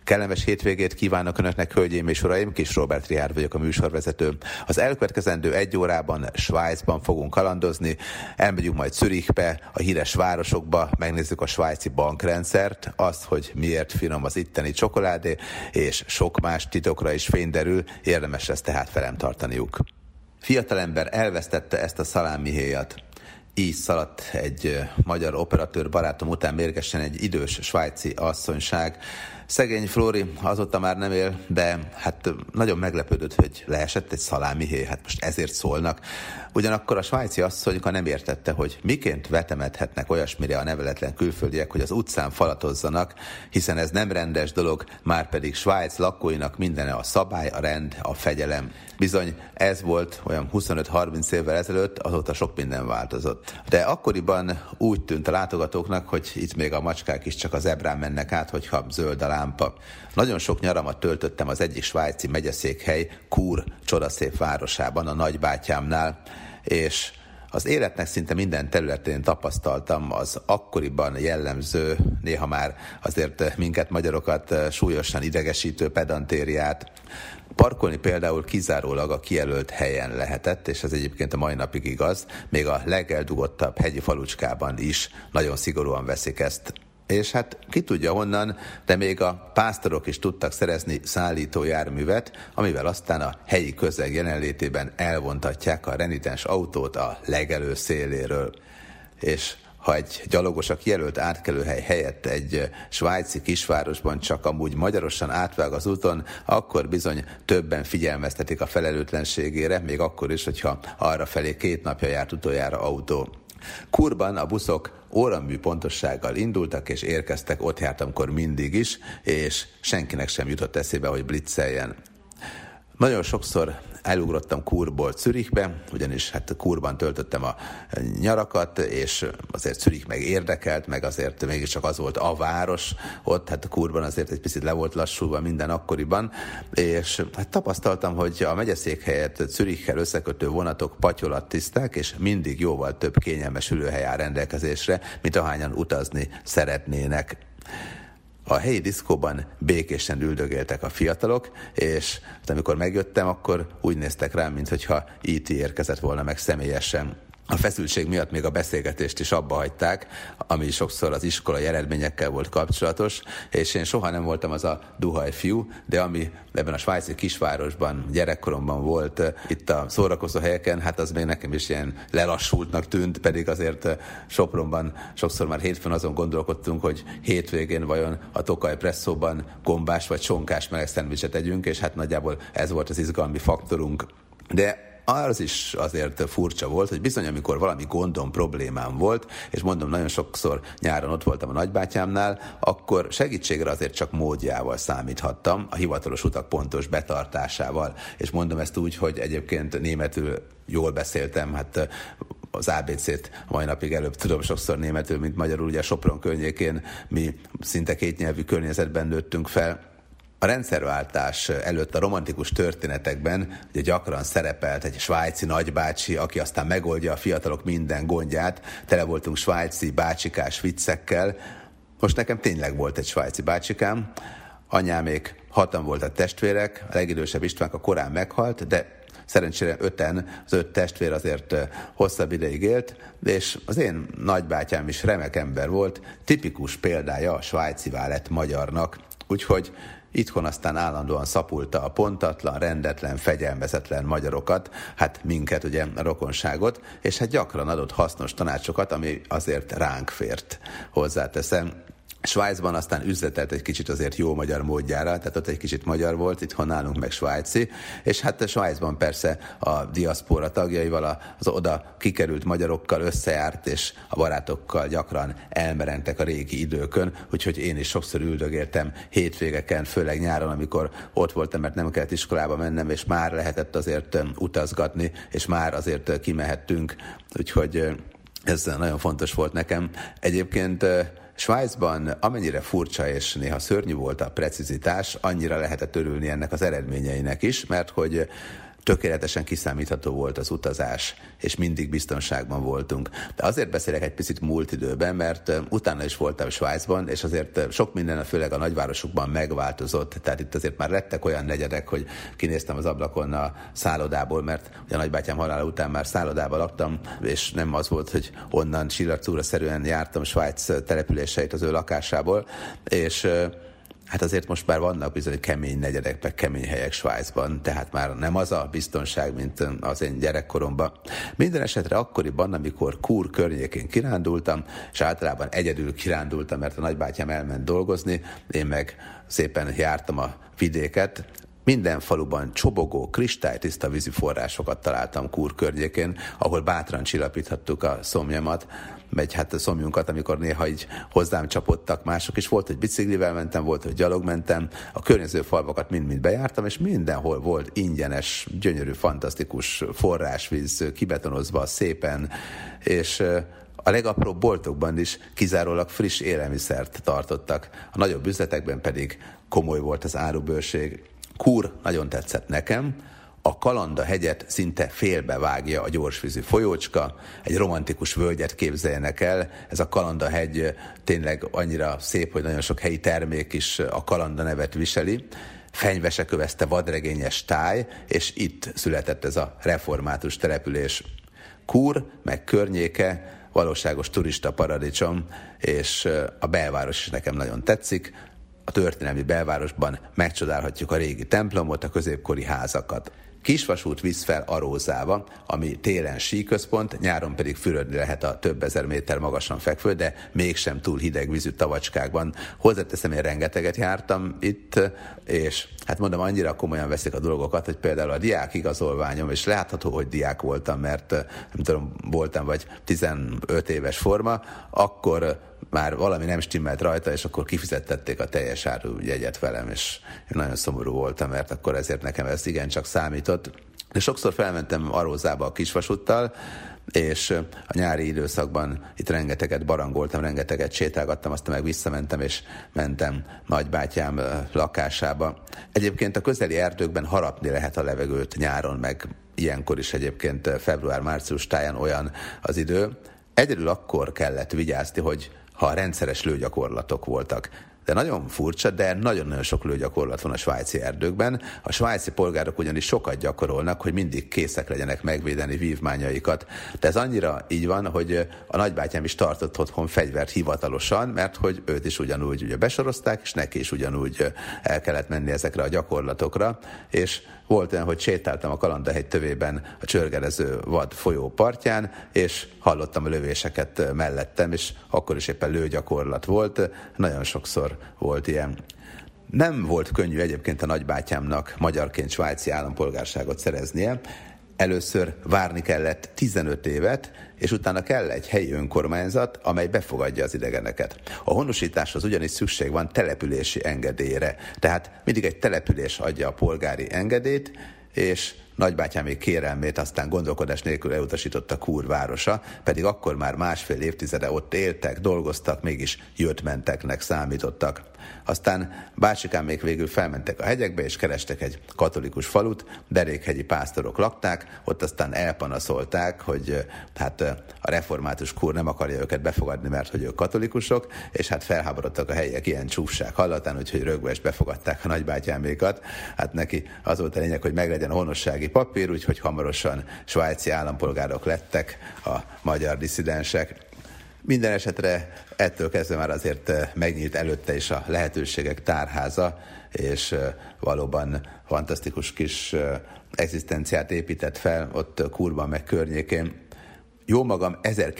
Kellemes hétvégét kívánok Önöknek, hölgyeim és uraim, Kis Róbert Richárd vagyok, a műsorvezető. Az elkövetkezendő egy órában Svájcban fogunk kalandozni, elmegyünk majd Zürichbe, a híres városokba, megnézzük a svájci bankrendszert, azt, hogy miért finom az itteni csokoládé, és sok más titokra is fény derül, érdemes lesz tehát velem tartaniuk. Fiatalember elvesztette ezt a szalámihéjat. Így szaladt egy magyar operatőr barátom után mérgesen egy idős svájci asszonyság. Szegény Flóri azóta már nem él, de hát nagyon meglepődött, hogy leesett egy szalámihéj, hát most ezért szólnak. Ugyanakkor a svájci asszonyka nem értette, hogy miként vetemethetnek olyasmire a neveletlen külföldiek, hogy az utcán falatozzanak, hiszen ez nem rendes dolog, már pedig Svájc lakóinak mindene a szabály, a rend, a fegyelem. Bizony ez volt olyan 25-30 évvel ezelőtt, azóta sok minden változott. De akkoriban úgy tűnt a látogatóknak, hogy itt még a macskák is csak a zebrán mennek át, hogyha zöld a lámpa. Nagyon sok nyaramat töltöttem az egyik svájci megyeszékhely, Chur csodaszép városában, a nagybátyámnál, és az életnek szinte minden területén tapasztaltam az akkoriban jellemző, néha már azért minket magyarokat súlyosan idegesítő pedantériát. Parkolni például kizárólag a kijelölt helyen lehetett, és ez egyébként a mai napig igaz, még a legeldugottabb hegyi falucskában is nagyon szigorúan veszik ezt. És hát ki tudja honnan, de még a pásztorok is tudtak szerezni szállítójárművet, amivel aztán a helyi közeg jelenlétében elvontatják a renitens autót a legelő széléről. És ha egy gyalogos a kijelölt átkelőhely helyett egy svájci kisvárosban csak amúgy magyarosan átvág az úton, akkor bizony többen figyelmeztetik a felelőtlenségére, még akkor is, hogyha arrafelé 2 napja járt utoljára autó. Churban a buszok óramű pontossággal indultak, és érkeztek, ott jártamkor mindig is, és senkinek sem jutott eszébe, hogy blitzeljen. Nagyon sokszor elugrottam Churból Zürichbe, ugyanis hát Churban töltöttem a nyarakat, és azért Zürich meg érdekelt, meg azért mégiscsak az volt a város ott, hát Churban azért egy picit le volt lassulva minden akkoriban, és hát tapasztaltam, hogy a megyeszékhelyet Zürichkel összekötő vonatok patyolattiszták, és mindig jóval több kényelmes ülőhely áll rendelkezésre, mint ahányan utazni szeretnének. A helyi diszkóban békésen üldögéltek a fiatalok, és amikor megjöttem, akkor úgy néztek rám, mintha E.T. érkezett volna meg személyesen. A feszültség miatt még a beszélgetést is abba hagyták, ami sokszor az iskolai eredményekkel volt kapcsolatos, és én soha nem voltam az a duhaj fiú, de ami ebben a svájci kisvárosban, gyerekkoromban volt itt a szórakozó helyeken, hát az még nekem is ilyen lelassultnak tűnt, pedig azért Sopronban sokszor már hétfőn azon gondolkodtunk, hogy hétvégén vajon a Tokaj Presszóban gombás vagy sonkás meleg szendvicset együnk, és hát nagyjából ez volt az izgalmi faktorunk. De az is azért furcsa volt, hogy bizony, amikor valami gondom, problémám volt, és mondom, nagyon sokszor nyáron ott voltam a nagybátyámnál, akkor segítségre azért csak módjával számíthattam, a hivatalos utak pontos betartásával. És mondom ezt úgy, hogy egyébként németül jól beszéltem, hát az ABC-t a mai napig előbb tudom sokszor németül, mint magyarul, ugye a Sopron környékén mi szinte kétnyelvű környezetben nőttünk fel. A rendszerváltás előtt a romantikus történetekben ugye gyakran szerepelt egy svájci nagybácsi, aki aztán megoldja a fiatalok minden gondját. Tele voltunk svájci bácsikás viccekkel. Most nekem tényleg volt egy svájci bácsikám. Anyámék 6-an voltak testvérek, a legidősebb Istvánka korán meghalt, de szerencsére 5-en, az 5 testvér azért hosszabb ideig élt, és az én nagybátyám is remek ember volt, tipikus példája a svájcivá lett magyarnak. Úgyhogy itthon aztán állandóan szapulta a pontatlan, rendetlen, fegyelmezetlen magyarokat, hát minket, ugye a rokonságot, és hát gyakran adott hasznos tanácsokat, ami azért ránk fért, hozzáteszem. Svájcban aztán üzletelt egy kicsit azért jó magyar módjára, tehát ott egy kicsit magyar volt, itthon nálunk meg svájci, és hát Svájcban persze a diaszpóra tagjaival, az oda kikerült magyarokkal összejárt, és a barátokkal gyakran elmerengtek a régi időkön, úgyhogy én is sokszor üldögéltem hétvégeken, főleg nyáron, amikor ott voltam, mert nem kellett iskolába mennem, és már lehetett azért utazgatni, és már azért kimehettünk, úgyhogy ez nagyon fontos volt nekem. Egyébként Svájcban amennyire furcsa és néha szörnyű volt a precizitás, annyira lehetett örülni ennek az eredményeinek is, mert hogy tökéletesen kiszámítható volt az utazás, és mindig biztonságban voltunk. De azért beszélek egy picit múlt időben, mert utána is voltam Svájcban, és azért sok minden, főleg a nagyvárosokban megváltozott. Tehát itt azért már lettek olyan negyedek, hogy kinéztem az ablakon a szállodából, mert ugye a nagybátyám halála után már szállodában laktam, és nem az volt, hogy onnan csillagszóraszerűen jártam Svájc településeit az ő lakásából, és hát azért most már vannak bizony kemény negyedek, meg kemény helyek Svájcban, tehát már nem az a biztonság, mint az én gyerekkoromban. Minden esetre akkoriban, amikor Kúr környékén kirándultam, és általában egyedül kirándultam, mert a nagybátyám elment dolgozni, én meg szépen jártam a vidéket, minden faluban csobogó, kristálytiszta vízi forrásokat találtam Kúr környékén, ahol bátran csillapíthattuk a szomjamat, megy hát a szomjunkat, amikor néha így hozzám csapodtak mások is. Volt, hogy biciklivel mentem, volt, hogy gyalog mentem, a környező falvakat mind-mind bejártam, és mindenhol volt ingyenes, gyönyörű, fantasztikus forrásvíz, kibetonozva szépen, és a legapróbb boltokban is kizárólag friss élelmiszert tartottak, a nagyobb üzletekben pedig komoly volt az árubőrség. Kúr nagyon tetszett nekem, a Kalanda-hegyet szinte félbevágja a gyorsvízű folyócska, egy romantikus völgyet képzeljenek el, ez a Kalanda-hegy tényleg annyira szép, hogy nagyon sok helyi termék is a Kalanda nevet viseli, fenyvese kövezte vadregényes táj, és itt született ez a református település. Kúr meg környéke valóságos turista paradicsom, és a belváros is nekem nagyon tetszik. A történelmi belvárosban megcsodálhatjuk a régi templomot, a középkori házakat. Kisvasút visz fel Arózába, ami télen síközpont, nyáron pedig fürödni lehet a több ezer méter magasan fekvő, de mégsem túl hideg vízű tavacskákban. Hozzáteszem, én rengeteget jártam itt, és hát mondom, annyira komolyan veszik a dolgokat, hogy például a diák igazolványom, és látható, hogy diák voltam, mert nem tudom, voltam vagy 15 éves forma, akkor már valami nem stimmelt rajta, és akkor kifizettették a teljes áru jegyet velem, és én nagyon szomorú voltam, mert akkor ezért nekem ez igencsak számított. De sokszor felmentem Arózába a kisvasúttal, és a nyári időszakban itt rengeteget barangoltam, rengeteget sétálgattam, aztán meg visszamentem, és mentem nagybátyám lakásába. Egyébként a közeli erdőkben harapni lehet a levegőt nyáron, meg ilyenkor is egyébként február-március táján olyan az idő. Egyedül akkor kellett vigyázni, hogy ha rendszeres lőgyakorlatok voltak. De nagyon furcsa, de nagyon-nagyon sok lőgyakorlat van a svájci erdőkben. A svájci polgárok ugyanis sokat gyakorolnak, hogy mindig készek legyenek megvédeni vívmányaikat. De ez annyira így van, hogy a nagybátyám is tartott otthon fegyvert hivatalosan, mert hogy őt is ugyanúgy ugye besorozták, és neki is ugyanúgy el kellett menni ezekre a gyakorlatokra, és volt olyan, hogy sétáltam a Kalanda-hegy tövében a csörgelező vad folyó partján, és hallottam a lövéseket mellettem, és akkor is éppen lőgyakorlat volt. Nagyon sokszor volt ilyen. Nem volt könnyű egyébként a nagybátyámnak magyarként svájci állampolgárságot szereznie. Először várni kellett 15 évet, és utána kell egy helyi önkormányzat, amely befogadja az idegeneket. A honosításhoz ugyanis szükség van települési engedélyre. Tehát mindig egy település adja a polgári engedélyt, és nagybátyámék kérelmét aztán gondolkodás nélkül elutasította Kúr városa, pedig akkor már másfél évtizede ott éltek, dolgoztak, mégis jött-menteknek számítottak. Aztán bácsikámék végül felmentek a hegyekbe, és kerestek egy katolikus falut, derékhegyi pásztorok lakták, ott aztán elpanaszolták, hogy hát a református Kúr nem akarja őket befogadni, mert hogy ők katolikusok, és hát felháborodtak a helyiek ilyen csúfság hallatán, úgyhogy rögvest befogadták a nagybátyámékat. Hát neki az volt a lényeg, hogy meglegyen a honossági papír, úgyhogy hamarosan svájci állampolgárok lettek a magyar disszidensek. Minden esetre ettől kezdve már azért megnyílt előtte is a lehetőségek tárháza, és valóban fantasztikus kis egzisztenciát épített fel ott Kúrban meg környékén. Jó magam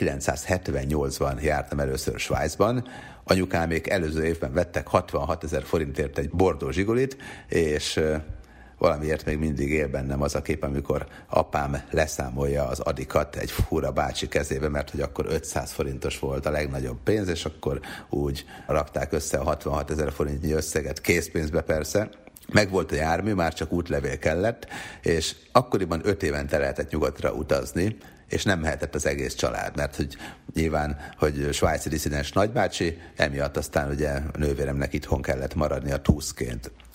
1978-ban jártam először Svájcban, anyukámék előző évben vettek 66 000 forintért egy bordó zsigulit, és valamiért még mindig él bennem az a kép, amikor apám leszámolja az adikat egy fura bácsi kezébe, mert hogy akkor 500 forintos volt a legnagyobb pénz, és akkor úgy rakták össze a 66 000 forintnyi összeget, készpénzbe persze. Megvolt a jármű, már csak útlevél kellett, és akkoriban 5 évente lehetett nyugatra utazni, és nem mehetett az egész család, mert hogy nyilván, hogy svájci disszidens nagybácsi, emiatt aztán ugye a nővéremnek itthon kellett maradnia túszként.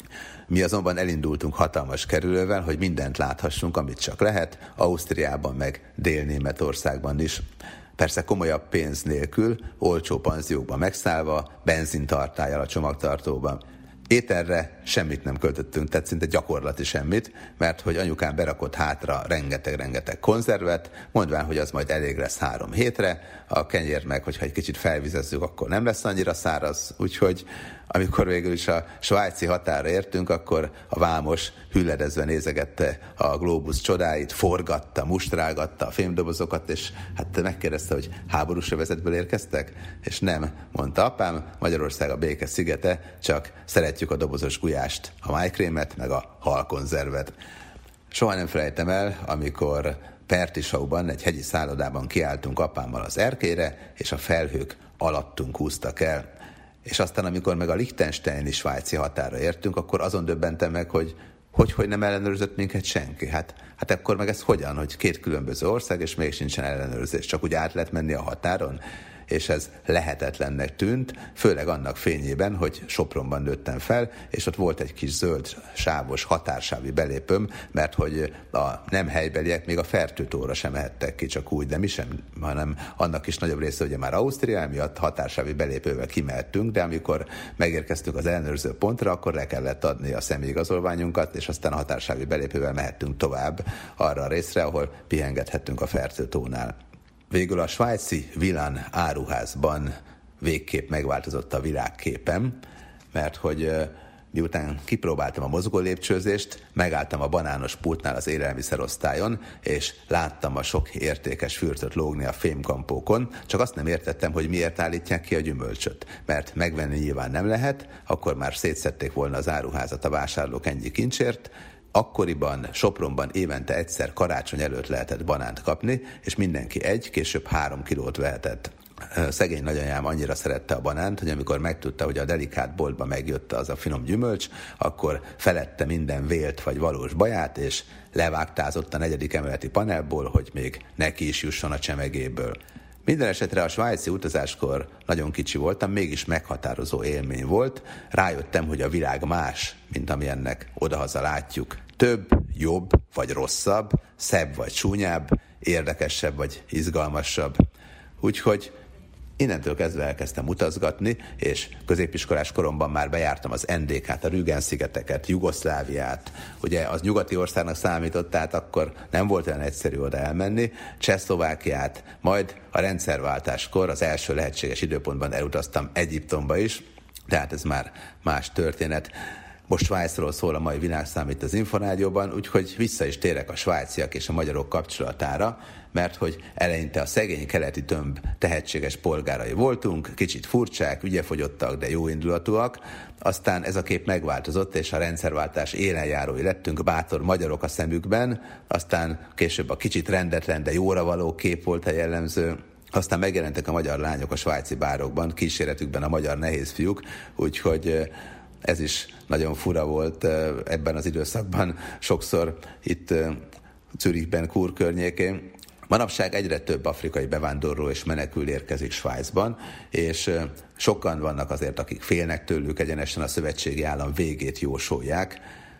Mi azonban elindultunk hatalmas kerülővel, hogy mindent láthassunk, amit csak lehet, Ausztriában meg Dél-Németországban is. Persze komolyabb pénz nélkül, olcsó panziókban megszállva, benzintartállyal a csomagtartóban. Ételre semmit nem költöttünk, tehát szinte gyakorlati semmit, mert hogy anyukám berakott hátra rengeteg konzervet, mondván, hogy az majd elég lesz 3 hétre, a kenyér meg, hogyha egy kicsit felvizezzük, akkor nem lesz annyira száraz, úgyhogy amikor végül is a svájci határra értünk, akkor a vámos hülledezve nézegette a glóbusz csodáit, forgatta, mustrálgatta a fémdobozokat, és hát megkérdezte, hogy háborús övezetből érkeztek? És nem, mondta apám, Magyarország a béke szigete, csak szeretjük a dobozos gulyást, a májkrémet, meg a halkonzervet. Soha nem felejtem el, amikor Pertisauban, egy hegyi szállodában kiálltunk apámmal az erkélyre, és a felhők alattunk húztak el. És aztán, amikor meg a liechtensteini svájci határa értünk, akkor azon döbbentem meg, hogy nem ellenőrzött minket senki. Hát akkor meg ez hogyan, hogy 2 különböző ország, és még sincsen ellenőrzés, csak úgy át lehet menni a határon? És ez lehetetlennek tűnt, főleg annak fényében, hogy Sopronban nőttem fel, és ott volt egy kis zöld sávos határsávi belépőm, mert hogy a nem helybeliek még a Fertőtóra sem mehettek ki csak úgy, de mi sem, hanem annak is nagyobb része, ugye már Ausztria miatt határsávi belépővel kimehettünk, de amikor megérkeztünk az ellenőrző pontra, akkor le kellett adni a személyigazolványunkat, és aztán a határsávi belépővel mehettünk tovább arra a részre, ahol pihengethettünk a Fertőtónál. Végül a svájci Villan áruházban végképp megváltozott a világképem, mert hogy miután kipróbáltam a mozgó lépcsőzést, megálltam a banános pultnál az élelmiszerosztályon, és láttam a sok értékes fürtöt lógni a fémkampókon, csak azt nem értettem, hogy miért állítják ki a gyümölcsöt, mert megvenni nyilván nem lehet, akkor már szétszedték volna az áruházat a vásárlók ennyi kincsért. Akkoriban Sopronban évente egyszer karácsony előtt lehetett banánt kapni, és mindenki 1, később 3 kilót vehetett. Szegény nagyanyám annyira szerette a banánt, hogy amikor megtudta, hogy a delikát boltba megjött az a finom gyümölcs, akkor felette minden vélt vagy valós baját, és levágtázott a 4. emeleti panelból, hogy még neki is jusson a csemegéből. Minden esetre a svájci utazáskor nagyon kicsi voltam, mégis meghatározó élmény volt. Rájöttem, hogy a világ más, mint amilyennek odahaza látjuk. Több, jobb vagy rosszabb, szebb vagy csúnyább, érdekesebb vagy izgalmasabb. Úgyhogy innentől kezdve elkezdtem utazgatni, és középiskolás koromban már bejártam az NDK-t, a Rügen-szigeteket, Jugoszláviát. Ugye az nyugati országnak számított, tehát akkor nem volt olyan egyszerű oda elmenni. Csehszlovákiát, majd a rendszerváltáskor az első lehetséges időpontban elutaztam Egyiptomba is, tehát ez már más történet. Most Svájcról szól a mai Világszám itt az Inforádióban, úgyhogy vissza is térek a svájciak és a magyarok kapcsolatára, mert hogy eleinte a szegény keleti tömb tehetséges polgárai voltunk, kicsit furcsák, ügyefogyottak, de jóindulatúak, aztán ez a kép megváltozott, és a rendszerváltás élenjárói lettünk, bátor magyarok a szemükben, aztán később a kicsit rendetlen, de jóra való kép volt a jellemző. Aztán megjelentek a magyar lányok a svájci bárokban, kíséretükben a magyar nehézfiúk, úgyhogy ez is nagyon fura volt ebben az időszakban, sokszor itt Zürichben, Chur környékén. Manapság egyre több afrikai bevándorló és menekül érkezik Svájcban, és sokan vannak azért, akik félnek tőlük, egyenesen a szövetségi állam végét jósolják,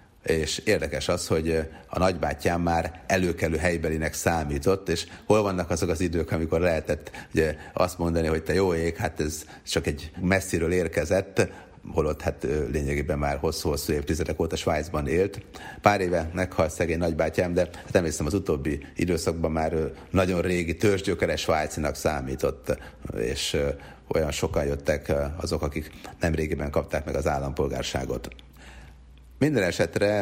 és érdekes az, hogy a nagybátyám már előkelő helybelinek számított, és hol vannak azok az idők, amikor lehetett ugye, azt mondani, hogy te jó ég, hát ez csak egy messziről érkezett, holott hát lényegében már hosszú-hosszú évtizedek óta Svájcban élt. Pár éve meghalt szegény nagybátyám, de hát emlékszem az utóbbi időszakban már nagyon régi törzsgyökeres svájcinak számított, és olyan sokan jöttek azok, akik nemrégiben kapták meg az állampolgárságot. Minden esetre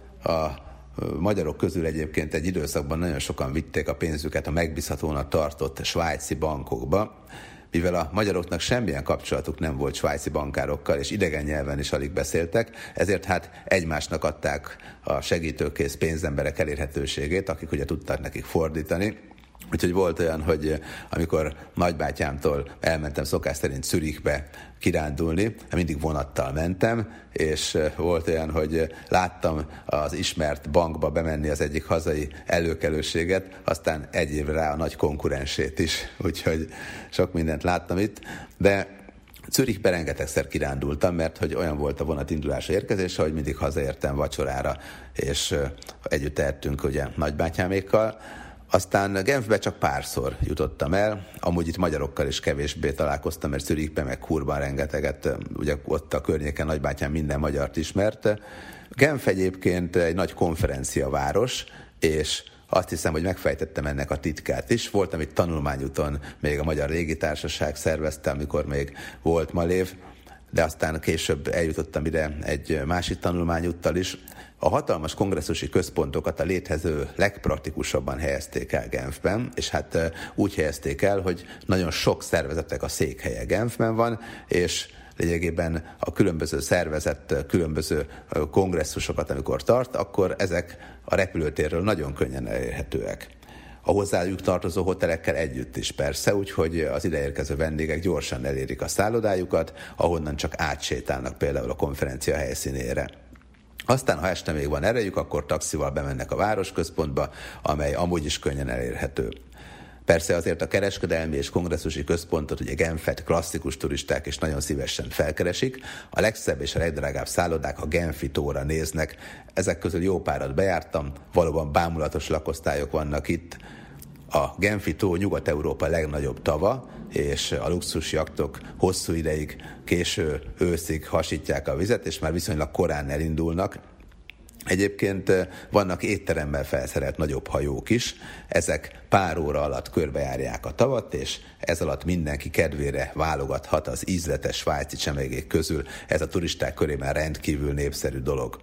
a magyarok közül egyébként egy időszakban nagyon sokan vitték a pénzüket a megbízhatónak tartott svájci bankokba, mivel a magyaroknak semmilyen kapcsolatuk nem volt svájci bankárokkal, és idegen nyelven is alig beszéltek, ezért hát egymásnak adták a segítőkész pénzemberek elérhetőségét, akik ugye tudtak nekik fordítani. Úgyhogy volt olyan, hogy amikor nagybátyámtól elmentem szokás szerint Zürichbe kirándulni, mindig vonattal mentem, és volt olyan, hogy láttam az ismert bankba bemenni az egyik hazai előkelőséget, aztán egy évre rá a nagy konkurensét is, úgyhogy sok mindent láttam itt, de Zürichbe rengetegszer kirándultam, mert hogy olyan volt a vonat indulása érkezése, hogy mindig hazaértem vacsorára, és együtt ettünk ugye nagybátyámékkal. Aztán Genfbe csak párszor jutottam el, amúgy itt magyarokkal is kevésbé találkoztam, mert Zürichben meg Churban rengeteget, ugye ott a környéken nagybátyám minden magyart ismerte. Genf egyébként egy nagy konferenciaváros, és azt hiszem, hogy megfejtettem ennek a titkát is. Voltam itt tanulmányúton, még a Magyar Légitársaság szervezte, amikor még volt Malév, de aztán később eljutottam ide egy másik tanulmányúttal is. A hatalmas kongresszusi központokat a létező legpraktikusabban helyezték el Genfben, és hát úgy helyezték el, hogy nagyon sok szervezetnek a székhelye Genfben van, és lényegében a különböző szervezet, különböző kongresszusokat, amikor tart, akkor ezek a repülőtérről nagyon könnyen elérhetőek. A hozzájuk tartozó hotelekkel együtt is persze, úgyhogy az ideérkező vendégek gyorsan elérik a szállodájukat, ahonnan csak átsétálnak például a konferencia helyszínére. Aztán, ha este még van erejük, akkor taxival bemennek a városközpontba, amely amúgy is könnyen elérhető. Persze azért a kereskedelmi és kongresszusi központot, ugye Genfet klasszikus turisták is nagyon szívesen felkeresik. A legszebb és a legdrágább szállodák a Genfi tóra néznek. Ezek közül jó párat bejártam, valóban bámulatos lakosztályok vannak itt. A Genfi tó Nyugat-Európa legnagyobb tava, és a luxusjaktok hosszú ideig, késő őszig hasítják a vizet, és már viszonylag korán elindulnak. Egyébként vannak étteremmel felszerelt nagyobb hajók is, ezek pár óra alatt körbejárják a tavat, és ez alatt mindenki kedvére válogathat az ízletes svájci csemegék közül. Ez a turisták körében rendkívül népszerű dolog.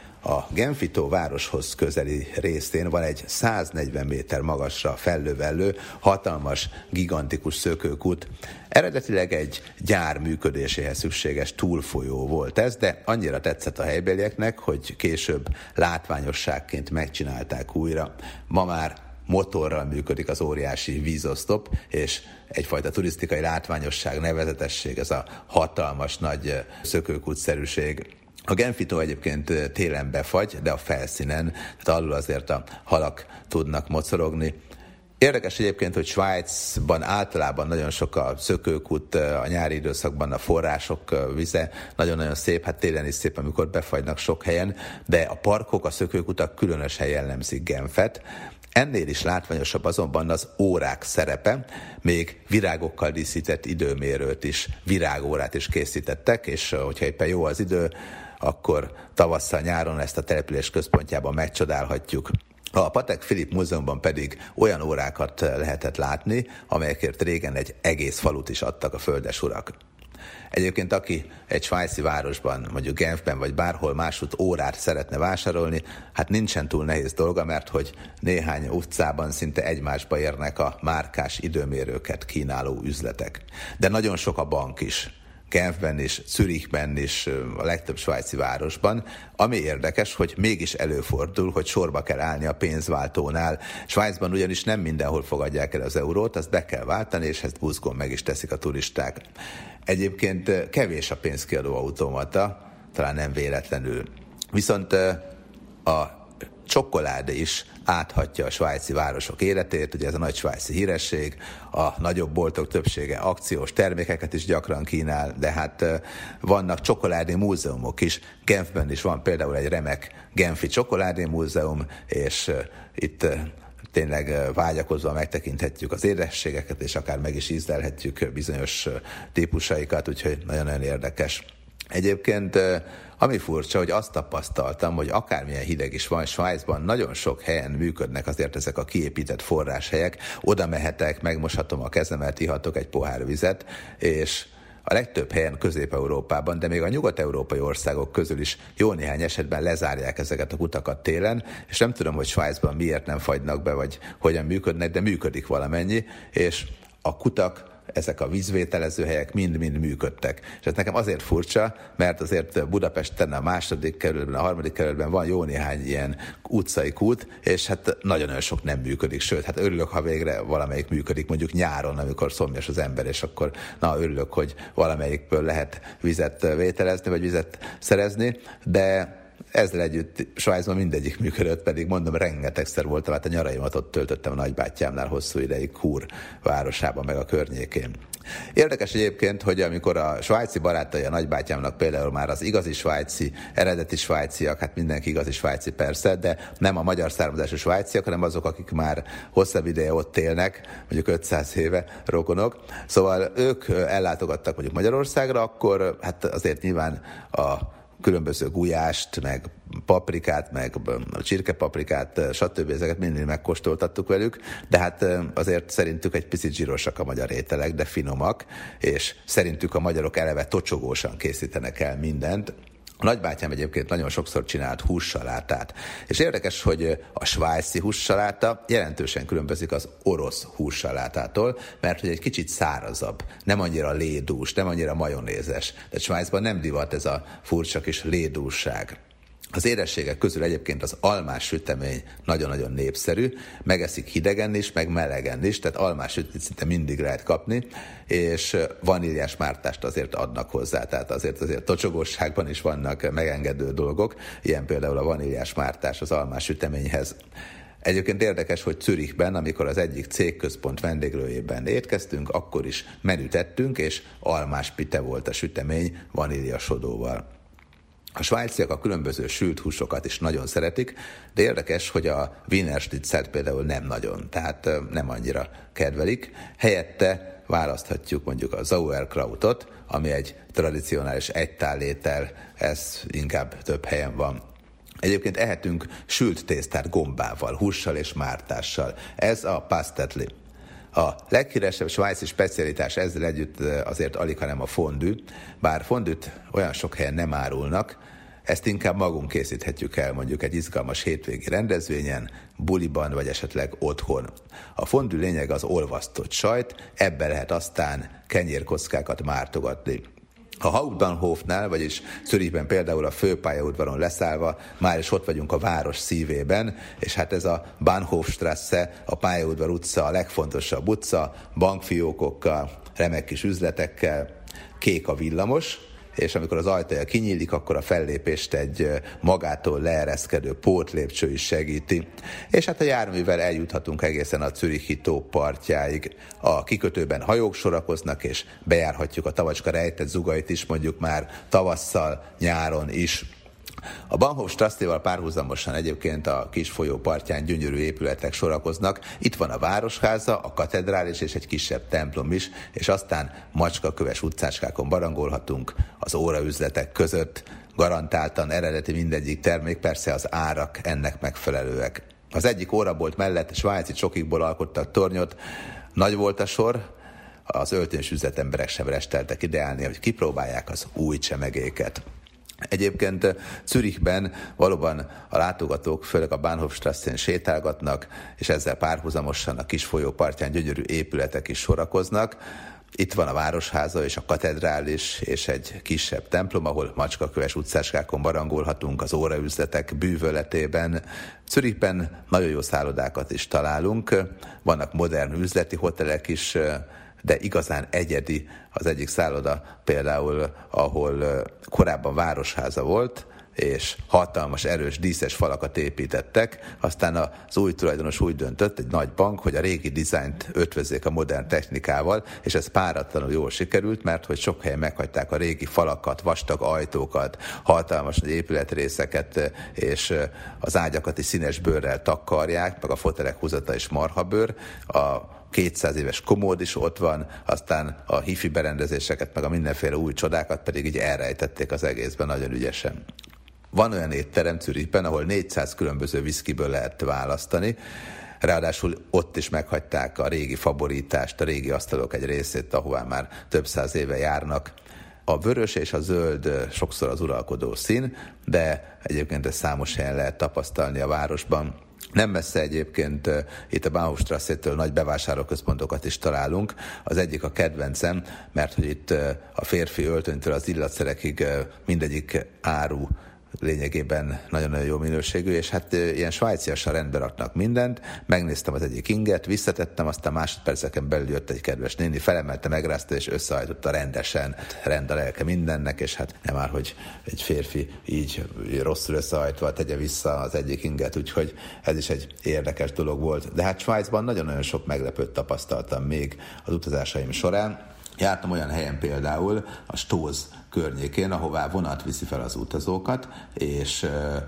A Genfi tó városhoz közeli részén van egy 140 méter magasra fellövellő, hatalmas, gigantikus szökőkút. Eredetileg egy gyár működéséhez szükséges túlfolyó volt ez, de annyira tetszett a helybélieknek, hogy később látványosságként megcsinálták újra. Ma már motorral működik az óriási vízoszlop, és egyfajta turisztikai látványosság, nevezetesség, ez a hatalmas nagy szökőkútszerűség. A Genfi tó egyébként télen befagy, de a felszínen, tehát alul azért a halak tudnak mocorogni. Érdekes egyébként, hogy Svájcban általában nagyon sok a szökőkút, a nyári időszakban a források vize, nagyon-nagyon szép, hát télen is szép, amikor befagynak sok helyen, de a parkok, a szökőkutak különösen jellemzik Genfet. Ennél is látványosabb azonban az órák szerepe, még virágokkal díszített időmérőt is, virágórát is készítettek, és hogyha éppen jó az idő, akkor tavasszal, nyáron ezt a település központjában megcsodálhatjuk. A Patek Philippe Múzeumban pedig olyan órákat lehetett látni, amelyekért régen egy egész falut is adtak a földesurak. Egyébként aki egy svájci városban, mondjuk Genfben vagy bárhol másút órát szeretne vásárolni, hát nincsen túl nehéz dolga, mert hogy néhány utcában szinte egymásba érnek a márkás időmérőket kínáló üzletek. De nagyon sok a bank is. Genfben is, Zürichben is, a legtöbb svájci városban, ami érdekes, hogy mégis előfordul, hogy sorba kell állni a pénzváltónál. Svájcban ugyanis nem mindenhol fogadják el az eurót, azt be kell váltani, és ezt buzgón meg is teszik a turisták. Egyébként kevés a pénzkiadó automata, talán nem véletlenül. Viszont a csokoládé is áthatja a svájci városok életét, ugye ez a nagy svájci híresség, a nagyobb boltok többsége akciós termékeket is gyakran kínál, de hát vannak csokoládé múzeumok is. Genfben is van például egy remek genfi csokoládé múzeum, és itt tényleg vágyakozva megtekinthetjük az édességeket, és akár meg is ízlelhetjük bizonyos típusaikat, úgyhogy nagyon-nagyon érdekes. Egyébként ami furcsa, hogy azt tapasztaltam, hogy akármilyen hideg is van Svájcban, nagyon sok helyen működnek azért ezek a kiépített forráshelyek, oda mehetek, megmoshatom a kezemet, ihatok egy pohár vizet, és a legtöbb helyen Közép-Európában, de még a nyugat-európai országok közül is jó néhány esetben lezárják ezeket a kutakat télen, és nem tudom, hogy Svájcban miért nem fagynak be, vagy hogyan működnek, de működik valamennyi, és a kutak, ezek a vízvételező helyek mind-mind működtek. És ez nekem azért furcsa, mert azért Budapesten a második kerületben, a harmadik kerületben van jó néhány ilyen utcai kút, és hát nagyon-nagyon sok nem működik, sőt, hát örülök, ha végre valamelyik működik, mondjuk nyáron, amikor szomjas az ember, és akkor örülök, hogy valamelyikből lehet vizet vételezni, vagy vizet szerezni, de ezzel együtt Svájcban mindegyik működött, pedig mondom, rengetegszer voltam, hát a nyaraimat ott töltöttem a nagybátyámnál hosszú ideig, Chur városában, meg a környékén. Érdekes egyébként, hogy amikor a svájci barátai a nagybátyámnak például már az igazi svájci, eredeti svájciak, hát mindenki igazi svájci persze, de nem a magyar származású svájciak, hanem azok, akik már hosszabb ideje ott élnek, mondjuk 500 éve rokonok. Szóval ők ellátogattak mondjuk Magyarországra, akkor hát azért nyilván a különböző gulyást, meg paprikát, meg csirkepaprikát, stb. Ezeket mindig megkóstoltattuk velük, de hát azért szerintük egy picit zsírosak a magyar ételek, de finomak, és szerintük a magyarok eleve tocsogósan készítenek el mindent. A nagybátyám egyébként nagyon sokszor csinált hússalátát, és érdekes, hogy a svájci hússaláta jelentősen különbözik az orosz hússalátától, mert hogy egy kicsit szárazabb, nem annyira lédús, nem annyira majonézes. De Svájcban nem divat ez a furcsa kis lédússág. Az édességek közül egyébként az almás sütemény nagyon-nagyon népszerű, megeszik hidegen is, meg melegen is, tehát almás süteményt szinte mindig lehet kapni, és vaníliás mártást azért adnak hozzá, tehát azért tocsogóságban is vannak megengedő dolgok, ilyen például a vaníliás mártás az almás süteményhez. Egyébként érdekes, hogy Zürichben, amikor az egyik cégközpont vendéglőjében étkeztünk, akkor is menüt ettünk, és almás pite volt a sütemény vaníliasodóval. A svájciak a különböző sült húsokat is nagyon szeretik, de érdekes, hogy a Wiener Schnitzelt például nem nagyon, tehát nem annyira kedvelik. Helyette választhatjuk mondjuk a Sauerkrautot, ami egy tradicionális egytálétel, ez inkább több helyen van. Egyébként ehetünk sült tésztát gombával, hússal és mártással. Ez a pastetli. A leghíresebb svájci specialitás ezzel együtt azért alig, hanem a fondue, bár fondüt olyan sok helyen nem árulnak, ezt inkább magunk készíthetjük el mondjuk egy izgalmas hétvégi rendezvényen, buliban vagy esetleg otthon. A fondue lényeg az olvasztott sajt, ebbe lehet aztán kenyérkockákat mártogatni. A Hauptbahnhofnál, vagyis Zürichben például a főpályaudvaron leszállva, már is ott vagyunk a város szívében, és hát ez a Bahnhofstrasse, a pályaudvar utca a legfontosabb utca, bankfiókokkal, remek kis üzletekkel, kék a villamos, és amikor az ajtaja kinyílik, akkor a fellépést egy magától leereszkedő pótlépcső is segíti. És hát a járművel eljuthatunk egészen a zürichi tó partjáig. A kikötőben hajók sorakoznak, és bejárhatjuk a Tavacska rejtett zugait is, mondjuk már tavasszal, nyáron is. A Bahnhofstrasséval párhuzamosan egyébként a kis folyó partján gyönyörű épületek sorakoznak. Itt van a Városháza, a katedrális és egy kisebb templom is, és aztán macskaköves utcáskákon barangolhatunk az óraüzletek között. Garantáltan eredeti mindegyik termék, persze az árak ennek megfelelőek. Az egyik órabolt mellett svájci csokikból alkottak tornyot, nagy volt a sor, az öltönyös üzletemberek sem resteltek ideálni, hogy kipróbálják az új csemegéket. Egyébként Zürichben valóban a látogatók főleg a Bahnhofstrasszén sétálgatnak, és ezzel párhuzamosan a kis folyó partján gyönyörű épületek is sorakoznak. Itt van a Városháza és a katedrális és egy kisebb templom, ahol macskaköves utcáskákon barangolhatunk az óraüzletek bűvöletében. Zürichben nagyon jó szállodákat is találunk, vannak modern üzleti hotelek is, de igazán egyedi az egyik szálloda például, ahol korábban Városháza volt, és hatalmas, erős, díszes falakat építettek, aztán az új tulajdonos úgy döntött, egy nagy bank, hogy a régi dizájnt ötvözzék a modern technikával, és ez páratlanul jól sikerült, mert hogy sok helyen meghagyták a régi falakat, vastag ajtókat, hatalmas nagy épületrészeket, és az ágyakat is színes bőrrel takarják, meg a fotelek húzata is marhabőr, a 200 éves komód is ott van, aztán a hifi berendezéseket, meg a mindenféle új csodákat pedig így elrejtették az egészben nagyon ügyesen. Van olyan étterem Zürichben, ahol 400 különböző viszkiből lehet választani, ráadásul ott is meghagyták a régi favorítást, a régi asztalok egy részét, ahová már több száz éve járnak. A vörös és a zöld sokszor az uralkodó szín, de egyébként ezt számos helyen lehet tapasztalni a városban. Nem messze egyébként itt a Bahnhofstrassétől nagy bevásárlóközpontokat is találunk. Az egyik a kedvencem, mert hogy itt a férfi öltönytől az illatszerekig mindegyik áru lényegében nagyon-nagyon jó minőségű, és hát ilyen svájciasan rendbe raknak mindent. Megnéztem az egyik inget, visszatettem, aztán másodperceken belül jött egy kedves néni, felemelte, megrázta, és összehajtotta rendesen, rend a lelke mindennek, és hát nem áll, hogy egy férfi így rosszul összehajtva tegye vissza az egyik inget, úgyhogy ez is egy érdekes dolog volt. De hát Svájcban nagyon-nagyon sok meglepőt tapasztaltam még az utazásaim során. Jártam olyan helyen például, a Stóz környékén, ahová vonat viszi fel az utazókat, és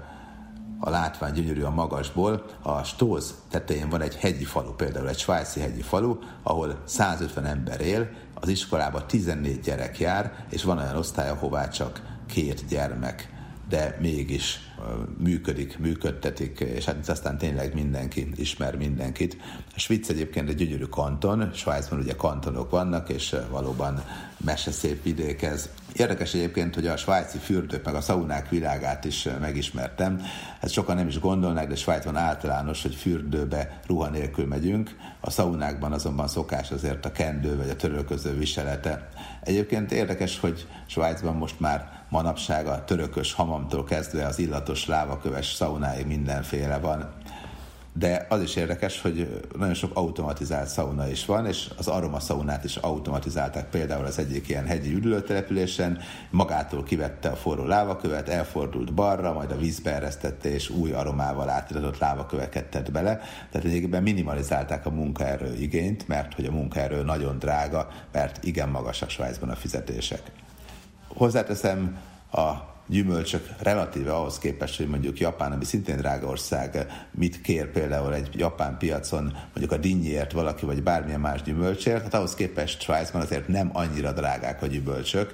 a látvány gyönyörű a magasból. A Stóz tetején van egy hegyi falu, például egy svájci hegyi falu, ahol 150 ember él, az iskolába 14 gyerek jár, és van olyan osztály, ahová csak 2 gyermek, de mégis működtetik, és hát aztán tényleg mindenki ismer mindenkit. A Svic egyébként egy gyönyörű kanton, Svájcban ugye kantonok vannak, és valóban meseszép vidék ez. Érdekes egyébként, hogy a svájci fürdők meg a szaunák világát is megismertem. Ezt sokan nem is gondolnák, de Svájcban általános, hogy fürdőbe ruha nélkül megyünk. A szaunákban azonban szokás azért a kendő vagy a törölköző viselete. Egyébként érdekes, hogy Svájcban most már manapság a törökös hamamtól kezdve az illatos lávaköves szaunáig mindenféle van. De az is érdekes, hogy nagyon sok automatizált szauna is van, és az aromaszaunát is automatizálták, például az egyik ilyen hegyi üdülőtelepülésen, magától kivette a forró lávakövet, elfordult balra, majd a vízbe eresztette, és új aromával átiratott lávaköveket tett bele. Tehát lényegében minimalizálták a munkaerő igényt, mert hogy a munkaerő nagyon drága, mert igen magasak Svájcban a fizetések. Hozzáteszem, a gyümölcsök relatíve ahhoz képest, hogy mondjuk Japán, ami szintén drága ország, mit kér például egy japán piacon, mondjuk a dinnyiért valaki, vagy bármilyen más gyümölcsért, hát ahhoz képest Svájcban azért nem annyira drágák a gyümölcsök.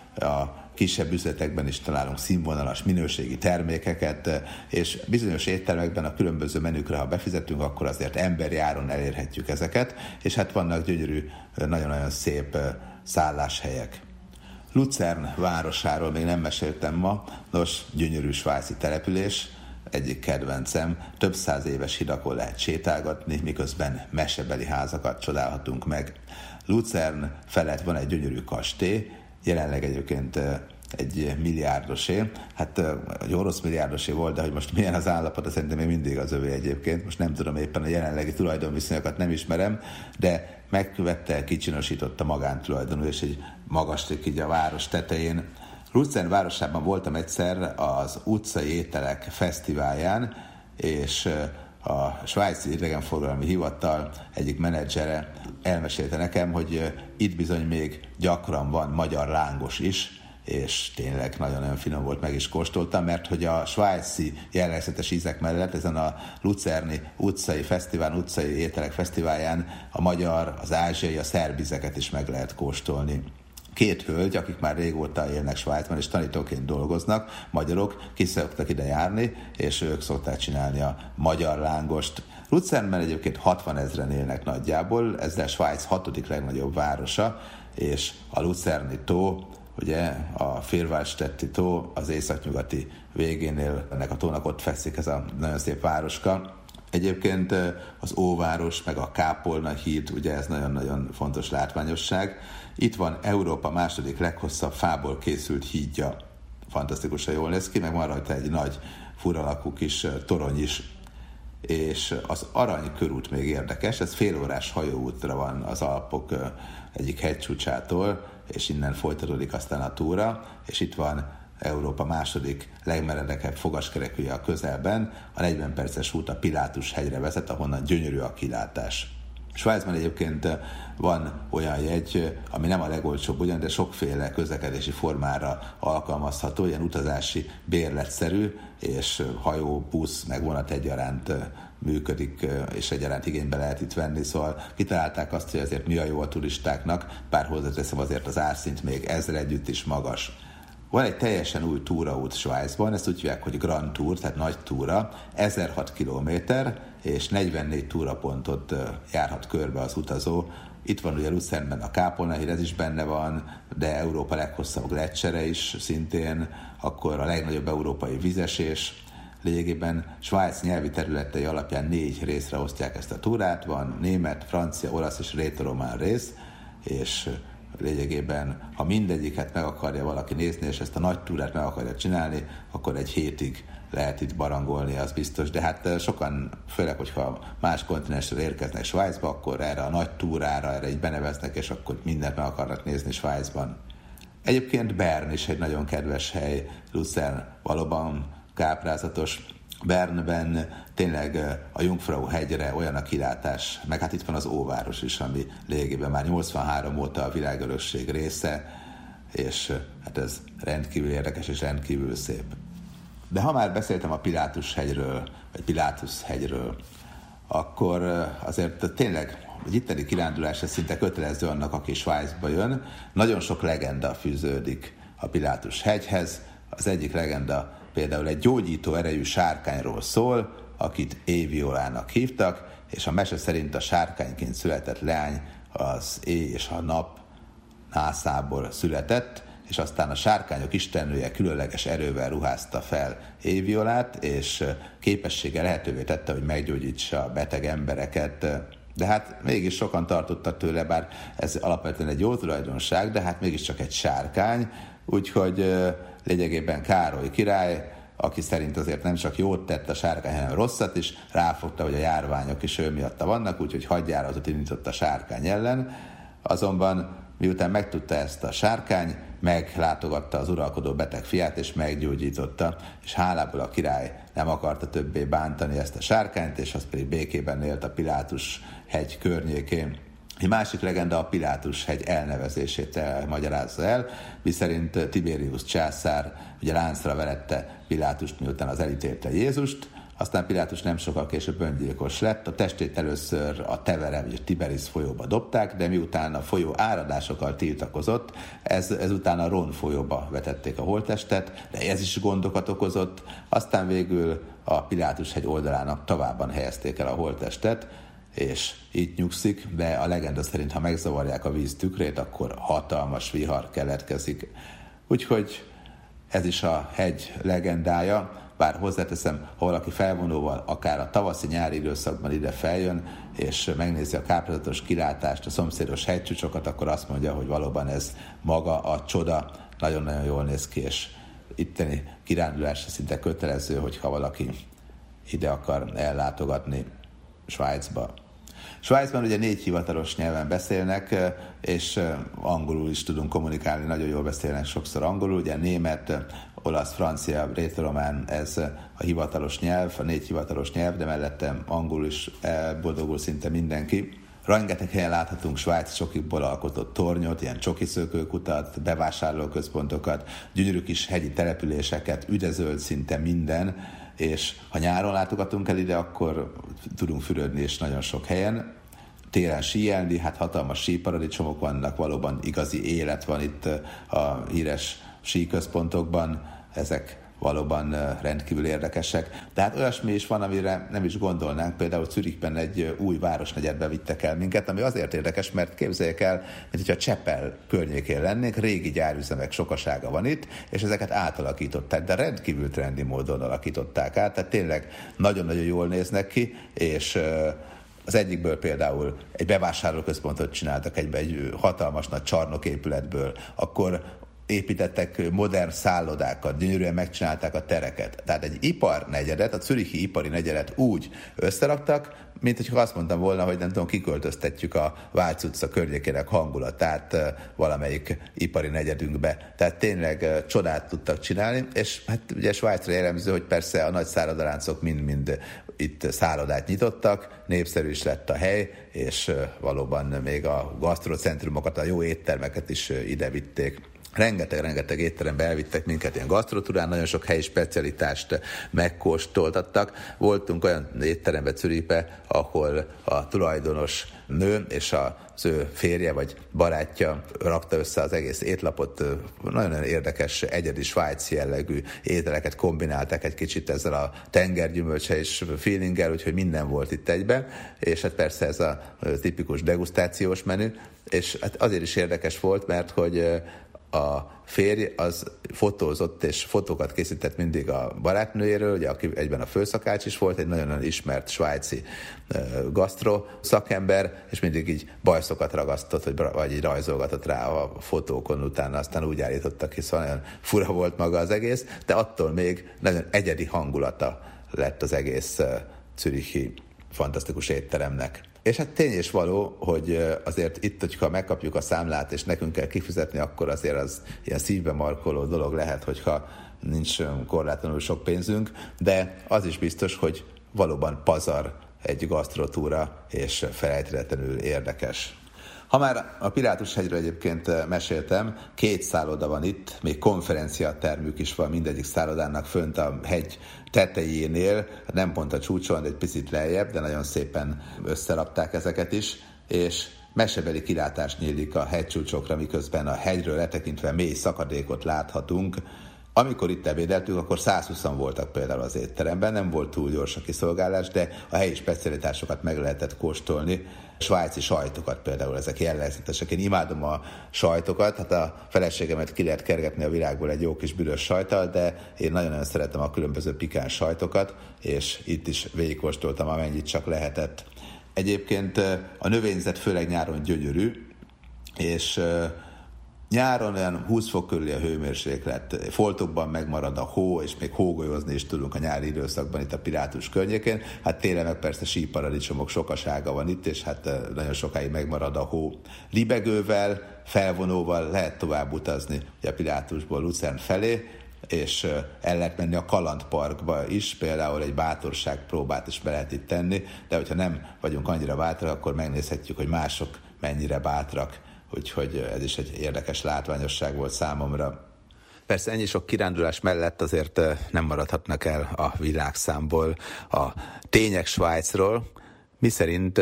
A kisebb üzletekben is találunk színvonalas minőségi termékeket, és bizonyos éttermekben a különböző menükre, ha befizetünk, akkor azért emberi áron elérhetjük ezeket, és hát vannak gyönyörű, nagyon-nagyon szép szálláshelyek. Luzern városáról még nem meséltem ma, nos, gyönyörű svájci település, egyik kedvencem, több 100 éves hidakon lehet sétálgatni, miközben mesebeli házakat csodálhatunk meg. Luzern felett van egy gyönyörű kastély, jelenleg egyébként egy milliárdosé, hát egy orosz milliárdosé volt, de hogy most milyen az állapota, szerintem még mindig az övé egyébként, most nem tudom, éppen a jelenlegi tulajdonviszonyokat nem ismerem, de megkövette, kicsinosította magántulajdonul, és egy magaslik így a város tetején. Luzern városában voltam egyszer az utcai ételek fesztiválján, és a svájci idegenforgalmi hivatal egyik menedzsere elmesélte nekem, hogy itt bizony még gyakran van magyar lángos is, és tényleg nagyon-nagyon finom volt, meg is kóstoltam, mert hogy a svájci jellegzetes ízek mellett ezen a luzerni utcai fesztivál, utcai ételek fesztiválján a magyar, az ázsiai, a szerb ízeket is meg lehet kóstolni. 2 hölgy, akik már régóta élnek Svájcban, és tanítóként dolgoznak, magyarok, ki szoktak ide járni, és ők szokták csinálni a magyar lángost. Luzernben egyébként 60 000 élnek nagyjából, ezzel Svájc 6. legnagyobb városa, és a luzerni tó, ugye a Vierwaldstätti tó az északnyugati végénél ennek a tónak ott fekszik ez a nagyon szép városka. Egyébként az Óváros, meg a Kápolna híd, ugye ez nagyon-nagyon fontos látványosság. Itt van Európa második leghosszabb fából készült hídja. Fantasztikusan jól néz ki, meg van rajta egy nagy furalakú kis torony is. És az Arany körút még érdekes, ez félórás hajóútra van az Alpok egyik hegycsúcsától, és innen folytatódik aztán a túra, és itt van Európa második legmeredekebb fogaskerekűje a közelben, a 40 perces út a Pilátus hegyre vezet, ahonnan gyönyörű a kilátás. Svájcban egyébként van olyan jegy, ami nem a legolcsóbb ugyan, de sokféle közlekedési formára alkalmazható, ilyen utazási bérletszerű, és hajó, busz, meg vonat egyaránt működik, és egyaránt igénybe lehet itt venni, szóval kitalálták azt, hogy azért mi a jó a turistáknak, bár hozzáteszem azért az árszint még ezzel együtt is magas. Van egy teljesen új túraút Svájcban, ezt úgy hívják, hogy Grand Tour, tehát nagy túra, 1006 kilométer, és 44 túrapontot járhat körbe az utazó. Itt van ugye Luzernben a Kápolna híd, ez is benne van, de Európa leghosszabb gletschere is szintén, akkor a legnagyobb európai vízesés. Lényegében Svájc nyelvi területei alapján 4 részre osztják ezt a túrát, van német, francia, olasz és rétoromán rész, és lényegében, ha mindegyiket meg akarja valaki nézni, és ezt a nagy túrát meg akarja csinálni, akkor egy hétig lehet itt barangolni, az biztos. De hát sokan, főleg, hogyha más kontinensről érkeznek Svájcba, akkor erre a nagy túrára, erre így beneveznek, és akkor mindent meg akarnak nézni Svájcban. Egyébként Bern is egy nagyon kedves hely, Luzern valóban káprázatos. Bernben tényleg a Jungfrau hegyre olyan a kilátás, meg hát itt van az Óváros is, ami lényegében már 83 óta a világörökség része, és hát ez rendkívül érdekes és rendkívül szép. De ha már beszéltem a Pilatus hegyről, vagy Pilatus hegyről, akkor azért tényleg az itteni kirándulás szinte kötelező annak, aki Svájcba jön. Nagyon sok legenda fűződik a Pilatus hegyhez. Az egyik legenda például egy gyógyító erejű sárkányról szól, akit Éviolának hívtak, és a mese szerint a sárkányként született leány az éj és a nap nászából született, és aztán a sárkányok istennője különleges erővel ruházta fel Éviolát, és képessége lehetővé tette, hogy meggyógyítsa a beteg embereket. De hát mégis sokan tartottak tőle, bár ez alapvetően egy jó tulajdonság, de hát mégiscsak egy sárkány, úgyhogy lényegében Károly király, aki szerint azért nem csak jót tett a sárkány, hanem rosszat is, ráfogta, hogy a járványok is ő miatta vannak, úgyhogy hadjáratot indított a sárkány ellen. Azonban miután megtudta ezt a sárkány, meglátogatta az uralkodó beteg fiát, és meggyógyította, és hálából a király nem akarta többé bántani ezt a sárkányt, és az pedig békében élt a Pilatus hegy környékén. Egy másik legenda a Pilatus hegy elnevezését magyarázza el, miszerint Tiberius császár ugye láncra verette Pilátust, miután az elítélte Jézust, aztán Pilatus nem sokkal később öngyilkos lett, a testét először a Tevere, vagy a Tiberis folyóba dobták, de miután a folyó áradásokkal tiltakozott, ezután a Ron folyóba vetették a holttestet, de ez is gondokat okozott, aztán végül a Pilatus hegy oldalának tavában helyezték el a holttestet, és itt nyugszik, de a legenda szerint, ha megzavarják a víz tükrét, akkor hatalmas vihar keletkezik. Úgyhogy ez is a hegy legendája, bár hozzáteszem, ha valaki felvonóval akár a tavaszi-nyári időszakban ide feljön, és megnézi a káprázatos kilátást, a szomszédos hegycsúcsokat, akkor azt mondja, hogy valóban ez maga a csoda, nagyon-nagyon jól néz ki, és itteni kirándulásra szinte kötelező, hogyha valaki ide akar ellátogatni Svájcba. Svájcban ugye 4 hivatalos nyelven beszélnek, és angolul is tudunk kommunikálni, nagyon jól beszélnek sokszor angolul, ugye német, olasz, francia, rétoromán, ez a hivatalos nyelv, a 4 hivatalos nyelv, de mellette angolul is boldogul szinte mindenki. Rengeteg helyen láthatunk svájci csokikból alkotott tornyot, ilyen csokiszökőkutat, bevásárlóközpontokat, gyönyörű kis hegyi településeket, üdezöld szinte minden, és ha nyáron látogatunk el ide, akkor tudunk fürödni, és nagyon sok helyen. Télen síelni, hát hatalmas síparadicsomok vannak, valóban igazi élet van itt a híres síközpontokban, ezek valóban rendkívül érdekesek. De hát olyasmi is van, amire nem is gondolnánk, például Zürichben egy új városnegyedbe vittek el minket, ami azért érdekes, mert képzeljék el, mint hogyha Csepel környékén lennénk, régi gyárüzemek sokasága van itt, és ezeket átalakították, de rendkívül trendi módon alakították át, tehát tényleg nagyon-nagyon jól néznek ki, és az egyikből például egy bevásárlóközpontot csináltak egy hatalmas nagy csarnoképületből, akkor építettek modern szállodákat, gyönyörűen megcsinálták a tereket. Tehát egy iparnegyedet, a zürichi ipari negyedet úgy összeraktak, mint hogyha azt mondtam volna, hogy nem tudom, kiköltöztetjük a Váci utca környékének hangulatát valamelyik ipari negyedünkbe. Tehát tényleg csodát tudtak csinálni, és hát ugye Svájcra jellemző, hogy persze a nagy szállodaláncok mind itt szállodát nyitottak, népszerű is lett a hely, és valóban még a gasztrocentrumokat, a jó éttermeket is ide vitték. Rengeteg étterembe elvittek minket ilyen gasztroturán, nagyon sok helyi specialitást megkóstoltattak. Voltunk olyan étterembe Zürichbe, ahol a tulajdonos nő és az ő férje vagy barátja rakta össze az egész étlapot. Nagyon érdekes, egyedi svájci jellegű ételeket kombináltak egy kicsit ezzel a tengergyümölcse és feelinggel, úgyhogy minden volt itt egyben, és hát persze ez a tipikus degustációs menü, és hát azért is érdekes volt, mert hogy A férj az fotózott és fotókat készített mindig a barátnőjéről, ugye, aki egyben a főszakács is volt, egy nagyon ismert svájci gasztro szakember, és mindig így bajszokat ragasztott, vagy így rajzolgatott rá a fotókon, utána aztán úgy állítottak, hiszen olyan fura volt maga az egész, de attól még nagyon egyedi hangulata lett az egész zürichi fantasztikus étteremnek. És hát tény és való, hogy azért itt, hogyha megkapjuk a számlát, és nekünk kell kifizetni, akkor azért az ilyen szívbe markoló dolog lehet, hogyha nincs korlátlanul sok pénzünk, de az is biztos, hogy valóban pazar egy gasztrotúra, és felejthetetlenül érdekes. Ha már a Pilátushegyről egyébként meséltem, 2 szálloda van itt, még konferenciatermük is van mindegyik szállodának fönt a hegy tetejénél, nem pont a csúcson, de egy picit lejjebb, de nagyon szépen összerakták ezeket is, és mesebeli kilátás nyílik a hegycsúcsokra, miközben a hegyről letekintve mély szakadékot láthatunk. Amikor itt ebédeltünk, akkor 120-an voltak például az étteremben, nem volt túl gyors a kiszolgálás, de a helyi specialitásokat meg lehetett kóstolni. Svájci sajtokat például, ezek jellegzetesek. Én imádom a sajtokat, hát a feleségemet ki lehet kergetni a világból egy jó kis bűrös sajttal, de én nagyon-nagyon szeretem a különböző pikáns sajtokat, és itt is végigkóstoltam, amennyit csak lehetett. Egyébként a növényzet főleg nyáron gyönyörű, és nyáron olyan 20 fok körüli a hőmérséklet, foltokban megmarad a hó, és még hógolyozni is tudunk a nyári időszakban itt a Pilátus környékén. Hát télen meg persze síparadicsomok sokasága van itt, és hát nagyon sokáig megmarad a hó. Libegővel, felvonóval lehet tovább utazni a Pilátusból Lucern felé, és el lehet menni a Kalandparkba is, például egy bátorságpróbát is be lehet itt tenni, de hogyha nem vagyunk annyira bátrak, akkor megnézhetjük, hogy mások mennyire bátrak. Úgyhogy ez is egy érdekes látványosság volt számomra. Persze ennyi sok kirándulás mellett azért nem maradhatnak el a világszámból a tények Svájcról, miszerint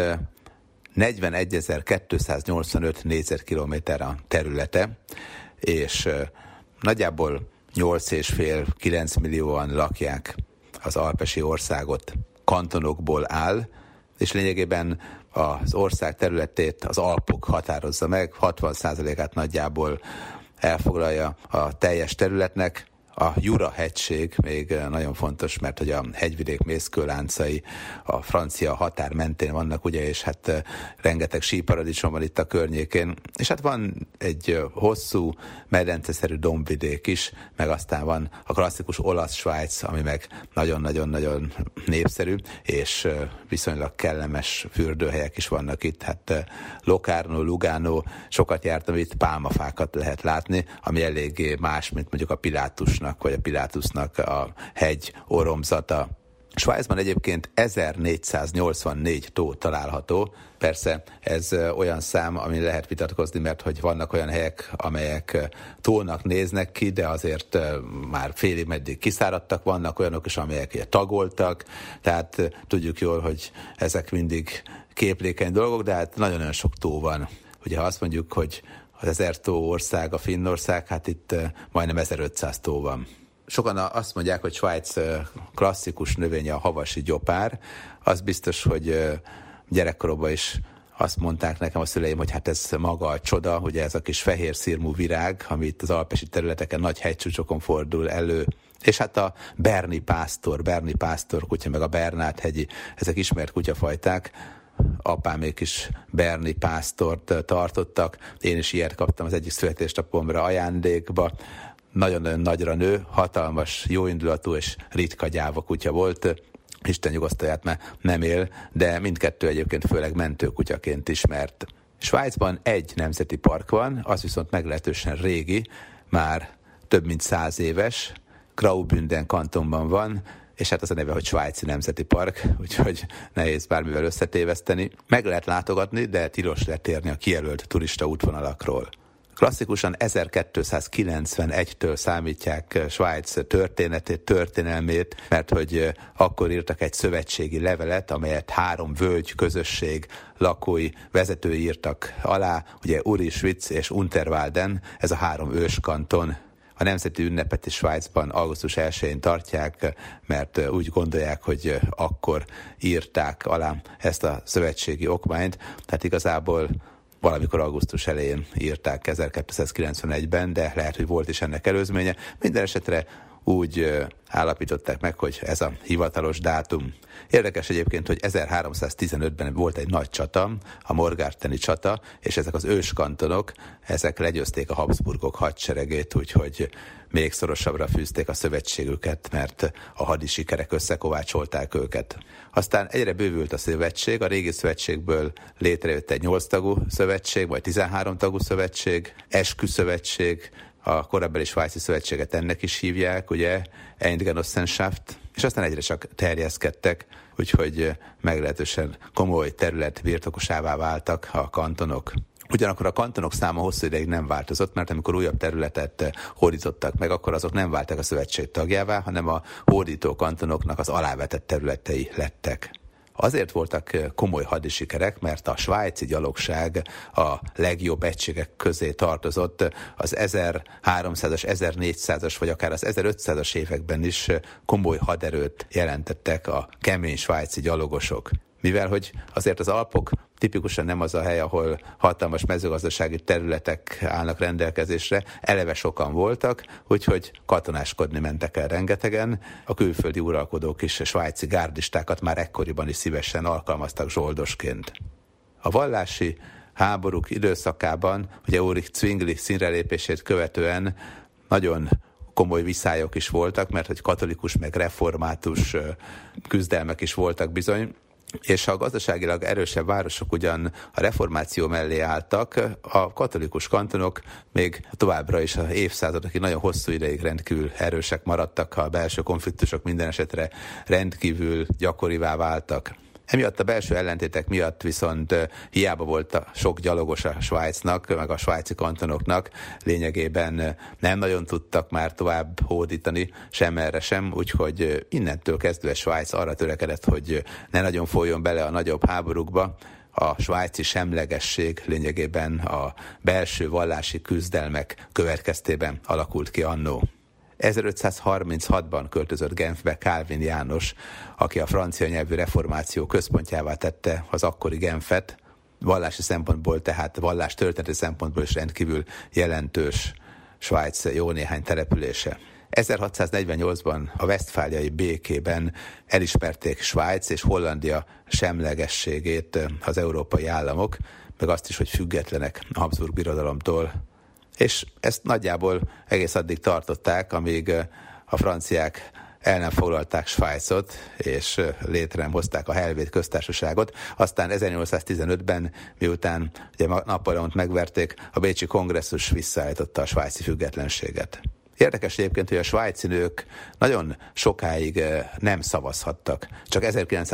41.285 négyzetkilométer a területe, és nagyjából 8,5-9 millióan lakják az alpesi országot, kantonokból áll, és lényegében az ország területét az Alpok határozza meg, 60%-át nagyjából elfoglalja a teljes területnek. A Jura-hegység még nagyon fontos, mert hogy a hegyvidék mészkőláncai a francia határ mentén vannak, ugye, és hát rengeteg síparadicsom van itt a környékén, és hát van egy hosszú, medenceszerű dombvidék is, meg aztán van a klasszikus olasz Svájc, ami meg nagyon-nagyon-nagyon népszerű, és viszonylag kellemes fürdőhelyek is vannak itt, hát Locarno, Lugano, sokat jártam itt, pálmafákat lehet látni, ami eléggé más, mint mondjuk a Pilátusnak, vagy a Pilátusnak a hegy oromzata. Svájcban egyébként 1484 tó található. Persze ez olyan szám, amin lehet vitatkozni, mert hogy vannak olyan helyek, amelyek tónak néznek ki, de azért már félig meddig kiszáradtak, vannak olyanok is, amelyek tagoltak, tehát tudjuk jól, hogy ezek mindig képlékeny dolgok, de hát nagyon-nagyon sok tó van. Ugye ha azt mondjuk, hogy az 1000 tó ország, a Finnország, hát itt majdnem 1500 tó van. Sokan azt mondják, hogy Svájc klasszikus növénye a havasi gyopár. Az biztos, hogy gyerekkoromban is azt mondták nekem a szüleim, hogy hát ez maga a csoda, ugye ez a kis fehér szirmú virág, ami itt az alpesi területeken nagy hegycsúcsokon fordul elő. És hát a berni pásztor kutya, meg a Bernát-hegyi, ezek ismert kutyafajták. Apámék is berni pásztort tartottak, én is ilyet kaptam az egyik születésnapomra ajándékba. Nagyon-nagyon nagyra nő, hatalmas, jóindulatú és ritka gyáva kutya volt. Isten nyugosztalját, mert nem él, de mindkettő egyébként főleg mentőkutyaként ismert. Svájcban egy nemzeti park van, az viszont meglehetősen régi, már több mint 100 éves, Graubünden kantonban van, és hát az a neve, hogy Svájci Nemzeti Park, úgyhogy nehéz bármivel összetéveszteni. Meg lehet látogatni, de tilos letérni a kijelölt turista útvonalakról. Klasszikusan 1291-től számítják Svájc történetét, történelmét, mert hogy akkor írtak egy szövetségi levelet, amelyet 3 völgy közösség lakói, vezetői írtak alá, ugye Uri, Schwyz és Unterwalden, ez a 3 őskanton. A nemzeti ünnepet is Svájcban augusztus 1-én tartják, mert úgy gondolják, hogy akkor írták alá ezt a szövetségi okmányt, tehát igazából valamikor augusztus elején írták 1291-ben, de lehet, hogy volt is ennek előzménye. Minden esetre úgy állapították meg, hogy ez a hivatalos dátum. Érdekes egyébként, hogy 1315-ben volt egy nagy csata, a Morgarteni csata, és ezek az őskantonok, ezek legyőzték a Habsburgok hadseregét, úgyhogy még szorosabbra fűzték a szövetségüket, mert a hadi sikerek összekovácsolták őket. Aztán egyre bővült a szövetség, a régi szövetségből létrejött egy 8 tagú szövetség, vagy 13 tagú szövetség, esküszövetség, a korábbi svájci szövetséget ennek is hívják, ugye, Eidgenossenschaft, és aztán egyre csak terjeszkedtek, úgyhogy meglehetősen komoly terület birtokosává váltak a kantonok. Ugyanakkor a kantonok száma hosszú ideig nem változott, mert amikor újabb területet hódítottak meg, akkor azok nem váltak a szövetség tagjává, hanem a hódító kantonoknak az alávetett területei lettek. Azért voltak komoly hadisikerek, mert a svájci gyalogság a legjobb egységek közé tartozott. Az 1300-as, 1400-as vagy akár az 1500-as években is komoly haderőt jelentettek a kemény svájci gyalogosok. Mivel hogy azért az Alpok tipikusan nem az a hely, ahol hatalmas mezőgazdasági területek állnak rendelkezésre, eleve sokan voltak, úgyhogy katonáskodni mentek el rengetegen. A külföldi uralkodók is svájci gárdistákat már ekkoriban is szívesen alkalmaztak zsoldosként. A vallási háborúk időszakában, ugye Ulrich Zwingli színrelépését követően nagyon komoly viszályok is voltak, mert hogy katolikus meg református küzdelmek is voltak bizony, és a gazdaságilag erősebb városok ugyan a reformáció mellé álltak, a katolikus kantonok még továbbra is az évszázadokig nagyon hosszú ideig rendkívül erősek maradtak, a belső konfliktusok minden esetre rendkívül gyakorivá váltak. Emiatt a belső ellentétek miatt viszont hiába volt a sok gyalogos a Svájcnak, meg a svájci kantonoknak, lényegében nem nagyon tudtak már tovább hódítani sem erre sem, úgyhogy innentől kezdve Svájc arra törekedett, hogy ne nagyon folyjon bele a nagyobb háborúkba. A svájci semlegesség lényegében a belső vallási küzdelmek következtében alakult ki annó. 1536-ban költözött Genfbe Calvin János, aki a francia nyelvű reformáció központjává tette az akkori Genfet, vallási szempontból, tehát vallástörténeti szempontból is rendkívül jelentős Svájc jó néhány települése. 1648-ban a Westfáliai békében elismerték Svájc és Hollandia semlegességét az európai államok, meg azt is, hogy függetlenek a Habsburg birodalomtól. És ezt nagyjából egész addig tartották, amíg a franciák el nem foglalták Svájcot, és létre nem hozták a Helvét köztársaságot. Aztán 1815-ben, miután ugye Napóleont megverték, a bécsi kongresszus visszaállította a svájci függetlenséget. Érdekes egyébként, hogy a svájci nők nagyon sokáig nem szavazhattak. Csak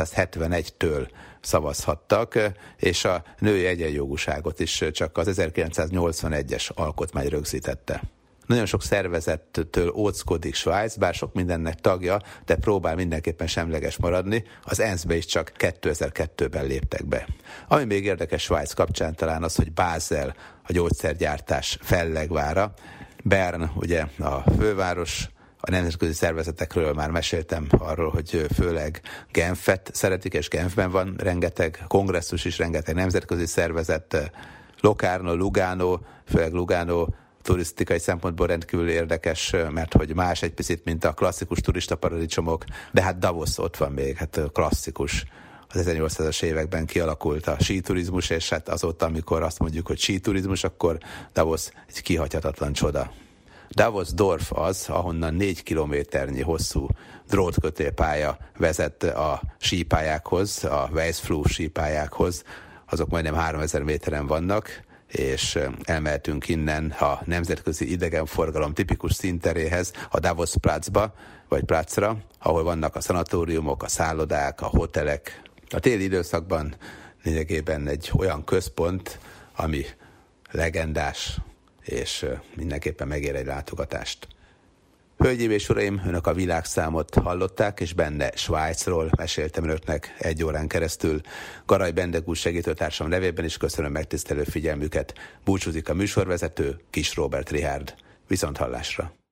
1971-től szavazhattak, és a női egyenjogúságot is csak az 1981-es alkotmány rögzítette. Nagyon sok szervezettől óckodik Svájc, bár sok mindennek tagja, de próbál mindenképpen semleges maradni. Az ENSZ-be is csak 2002-ben léptek be. Ami még érdekes Svájc kapcsán talán az, hogy Basel a gyógyszergyártás fellegvára. Bern ugye a főváros, a nemzetközi szervezetekről már meséltem arról, hogy főleg Genfet szeretik, és Genfben van rengeteg kongresszus is, rengeteg nemzetközi szervezet. Locarno, Lugano, főleg Lugano turisztikai szempontból rendkívül érdekes, mert hogy más egy picit, mint a klasszikus turista paradicsomok, de hát Davos ott van még, hát klasszikus. Az 1800-as években kialakult a síturizmus, és hát azóta, amikor azt mondjuk, hogy síturizmus, akkor Davos egy kihagyhatatlan csoda. Davos Dorf az, ahonnan 4 kilométernyi hosszú drótkötélpálya vezet a sípályákhoz, a Weissflú sípályákhoz, azok majdnem 3000 méteren vannak, és elmehetünk innen a nemzetközi idegenforgalom tipikus színteréhez, a Davos Platzba, vagy Platzra, ahol vannak a szanatóriumok, a szállodák, a hotelek. A téli időszakban lényegében egy olyan központ, ami legendás, és mindenképpen megér egy látogatást. Hölgyeim és uraim, önök a világszámot hallották, és benne Svájcról meséltem önöknek 1 órán keresztül. Garay Bendegúz segítőtársam nevében is köszönöm megtisztelő figyelmüket. Búcsúzik a műsorvezető, Kis Róbert Richárd. Viszonthallásra!